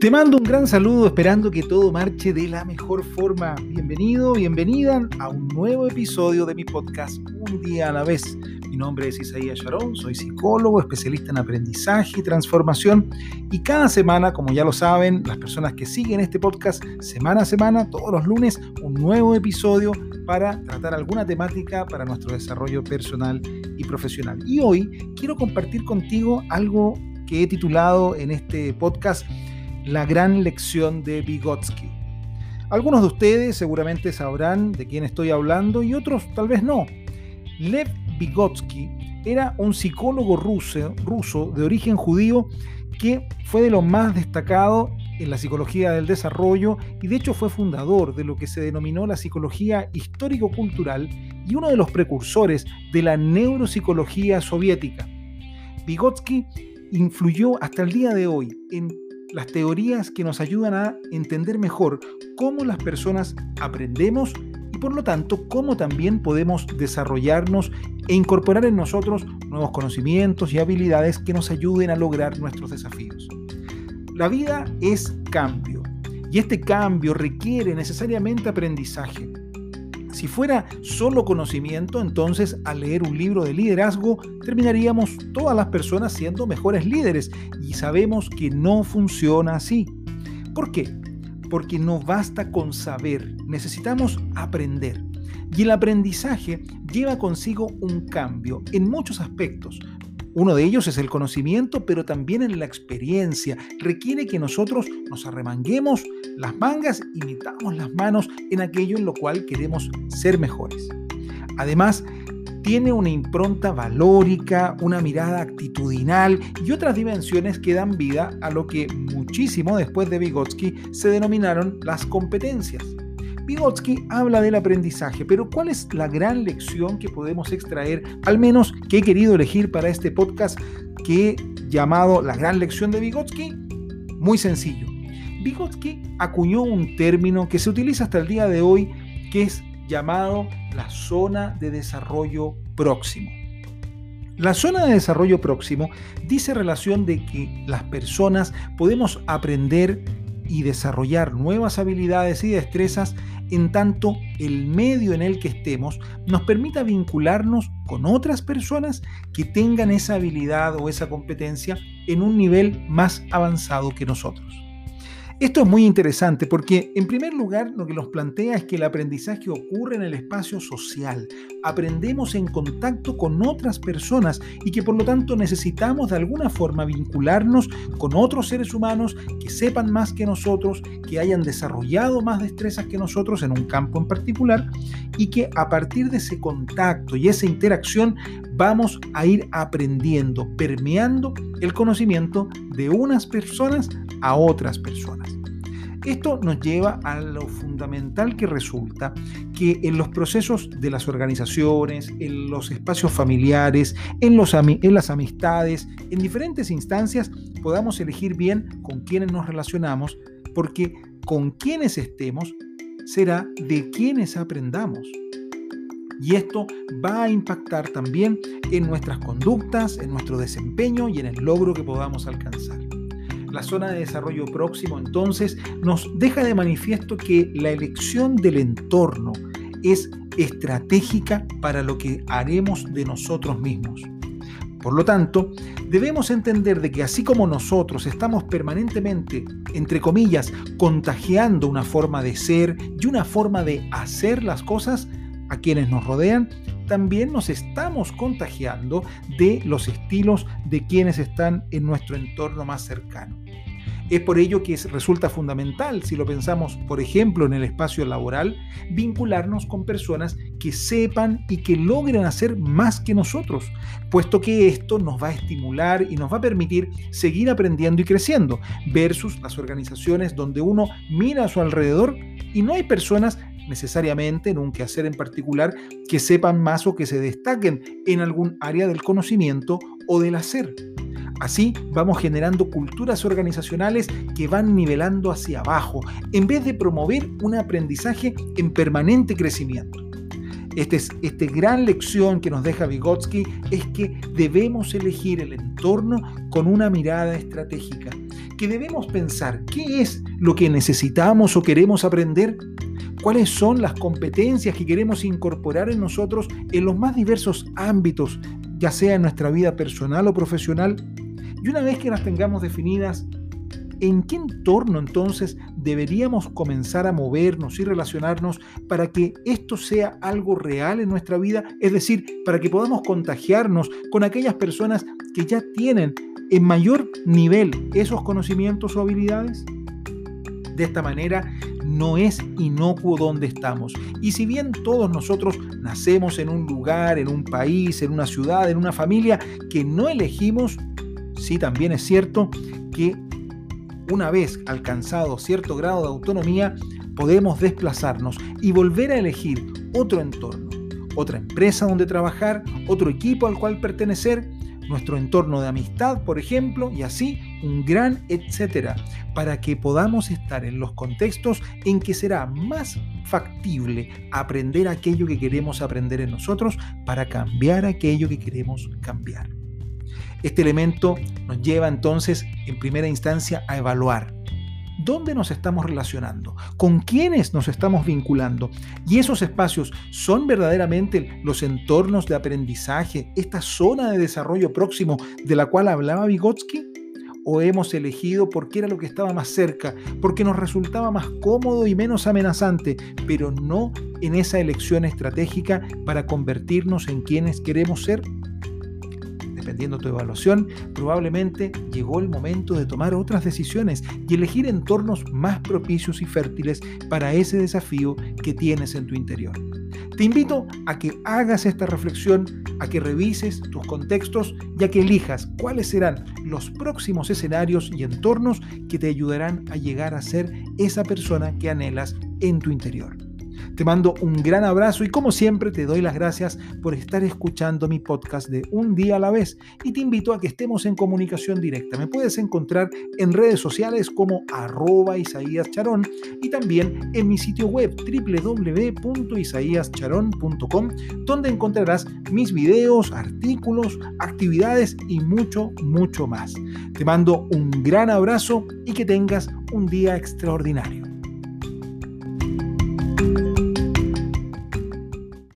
Te mando un gran saludo esperando que todo marche de la mejor forma. Bienvenido, bienvenida a un nuevo episodio de mi podcast Un Día a la Vez. Mi nombre es Isaías Sharon, soy psicólogo, especialista en aprendizaje y transformación. Y cada semana, como ya lo saben, las personas que siguen este podcast, semana a semana, todos los lunes, un nuevo episodio para tratar alguna temática para nuestro desarrollo personal y profesional. Y hoy quiero compartir contigo algo que he titulado en este podcast La gran lección de Vygotsky. Algunos de ustedes seguramente sabrán de quién estoy hablando y otros tal vez no. Lev Vygotsky era un psicólogo ruso de origen judío que fue de lo más destacado en la psicología del desarrollo y de hecho fue fundador de lo que se denominó la psicología histórico-cultural y uno de los precursores de la neuropsicología soviética. Vygotsky influyó hasta el día de hoy en las teorías que nos ayudan a entender mejor cómo las personas aprendemos y por lo tanto cómo también podemos desarrollarnos e incorporar en nosotros nuevos conocimientos y habilidades que nos ayuden a lograr nuestros desafíos. La vida es cambio y este cambio requiere necesariamente aprendizaje. Si fuera solo conocimiento, entonces al leer un libro de liderazgo terminaríamos todas las personas siendo mejores líderes y sabemos que no funciona así. ¿Por qué? Porque no basta con saber, necesitamos aprender. Y el aprendizaje lleva consigo un cambio en muchos aspectos. Uno de ellos es el conocimiento, pero también en la experiencia. Requiere que nosotros nos arremanguemos las mangas y metamos las manos en aquello en lo cual queremos ser mejores. Además, tiene una impronta valórica, una mirada actitudinal y otras dimensiones que dan vida a lo que muchísimo después de Vygotsky se denominaron las competencias. Vygotsky habla del aprendizaje, pero ¿cuál es la gran lección que podemos extraer, al menos que he querido elegir para este podcast que he llamado La gran lección de Vygotsky? Muy sencillo. Vygotsky acuñó un término que se utiliza hasta el día de hoy, que es llamado la zona de desarrollo próximo. La zona de desarrollo próximo dice relación de que las personas podemos aprender y desarrollar nuevas habilidades y destrezas en tanto el medio en el que estemos nos permita vincularnos con otras personas que tengan esa habilidad o esa competencia en un nivel más avanzado que nosotros. Esto es muy interesante porque, en primer lugar, lo que nos plantea es que el aprendizaje ocurre en el espacio social. Aprendemos en contacto con otras personas y que por lo tanto necesitamos de alguna forma vincularnos con otros seres humanos que sepan más que nosotros, que hayan desarrollado más destrezas que nosotros en un campo en particular y que a partir de ese contacto y esa interacción vamos a ir aprendiendo, permeando el conocimiento de unas personas a otras personas. Esto nos lleva a lo fundamental que resulta que en los procesos de las organizaciones, en los espacios familiares, en las amistades, en diferentes instancias, podamos elegir bien con quiénes nos relacionamos, porque con quienes estemos será de quienes aprendamos. Y esto va a impactar también en nuestras conductas, en nuestro desempeño y en el logro que podamos alcanzar. La zona de desarrollo próximo, entonces, nos deja de manifiesto que la elección del entorno es estratégica para lo que haremos de nosotros mismos. Por lo tanto, debemos entender de que así como nosotros estamos permanentemente, entre comillas, contagiando una forma de ser y una forma de hacer las cosas a quienes nos rodean, también nos estamos contagiando de los estilos de quienes están en nuestro entorno más cercano. Es por ello que resulta fundamental, si lo pensamos, por ejemplo, en el espacio laboral, vincularnos con personas que sepan y que logren hacer más que nosotros, puesto que esto nos va a estimular y nos va a permitir seguir aprendiendo y creciendo, versus las organizaciones donde uno mira a su alrededor y no hay personas necesariamente en un quehacer en particular que sepan más o que se destaquen en algún área del conocimiento o del hacer. Así vamos generando culturas organizacionales que van nivelando hacia abajo, en vez de promover un aprendizaje en permanente crecimiento. Esta gran lección que nos deja Vygotsky es que debemos elegir el entorno con una mirada estratégica, que debemos pensar qué es lo que necesitamos o queremos aprender, cuáles son las competencias que queremos incorporar en nosotros en los más diversos ámbitos, ya sea en nuestra vida personal o profesional. Y una vez que las tengamos definidas, ¿en qué entorno entonces deberíamos comenzar a movernos y relacionarnos para que esto sea algo real en nuestra vida? Es decir, para que podamos contagiarnos con aquellas personas que ya tienen en mayor nivel esos conocimientos o habilidades. De esta manera no es inocuo donde estamos. Y si bien todos nosotros nacemos en un lugar, en un país, en una ciudad, en una familia que no elegimos, sí también es cierto que una vez alcanzado cierto grado de autonomía, podemos desplazarnos y volver a elegir otro entorno, otra empresa donde trabajar, otro equipo al cual pertenecer, nuestro entorno de amistad, por ejemplo, y así un gran etcétera, para que podamos estar en los contextos en que será más factible aprender aquello que queremos aprender en nosotros para cambiar aquello que queremos cambiar. Este elemento nos lleva entonces, en primera instancia, a evaluar dónde nos estamos relacionando, con quiénes nos estamos vinculando. Y esos espacios son verdaderamente los entornos de aprendizaje, esta zona de desarrollo próximo de la cual hablaba Vygotsky, o hemos elegido porque era lo que estaba más cerca, porque nos resultaba más cómodo y menos amenazante, pero no en esa elección estratégica para convertirnos en quienes queremos ser. Dependiendo de tu evaluación, probablemente llegó el momento de tomar otras decisiones y elegir entornos más propicios y fértiles para ese desafío que tienes en tu interior. Te invito a que hagas esta reflexión, a que revises tus contextos y a que elijas cuáles serán los próximos escenarios y entornos que te ayudarán a llegar a ser esa persona que anhelas en tu interior. Te mando un gran abrazo y como siempre te doy las gracias por estar escuchando mi podcast de Un Día a la Vez y te invito a que estemos en comunicación directa. Me puedes encontrar en redes sociales como @IsaíasCharón y también en mi sitio web www.isaiascharón.com, donde encontrarás mis videos, artículos, actividades y mucho, mucho más. Te mando un gran abrazo y que tengas un día extraordinario.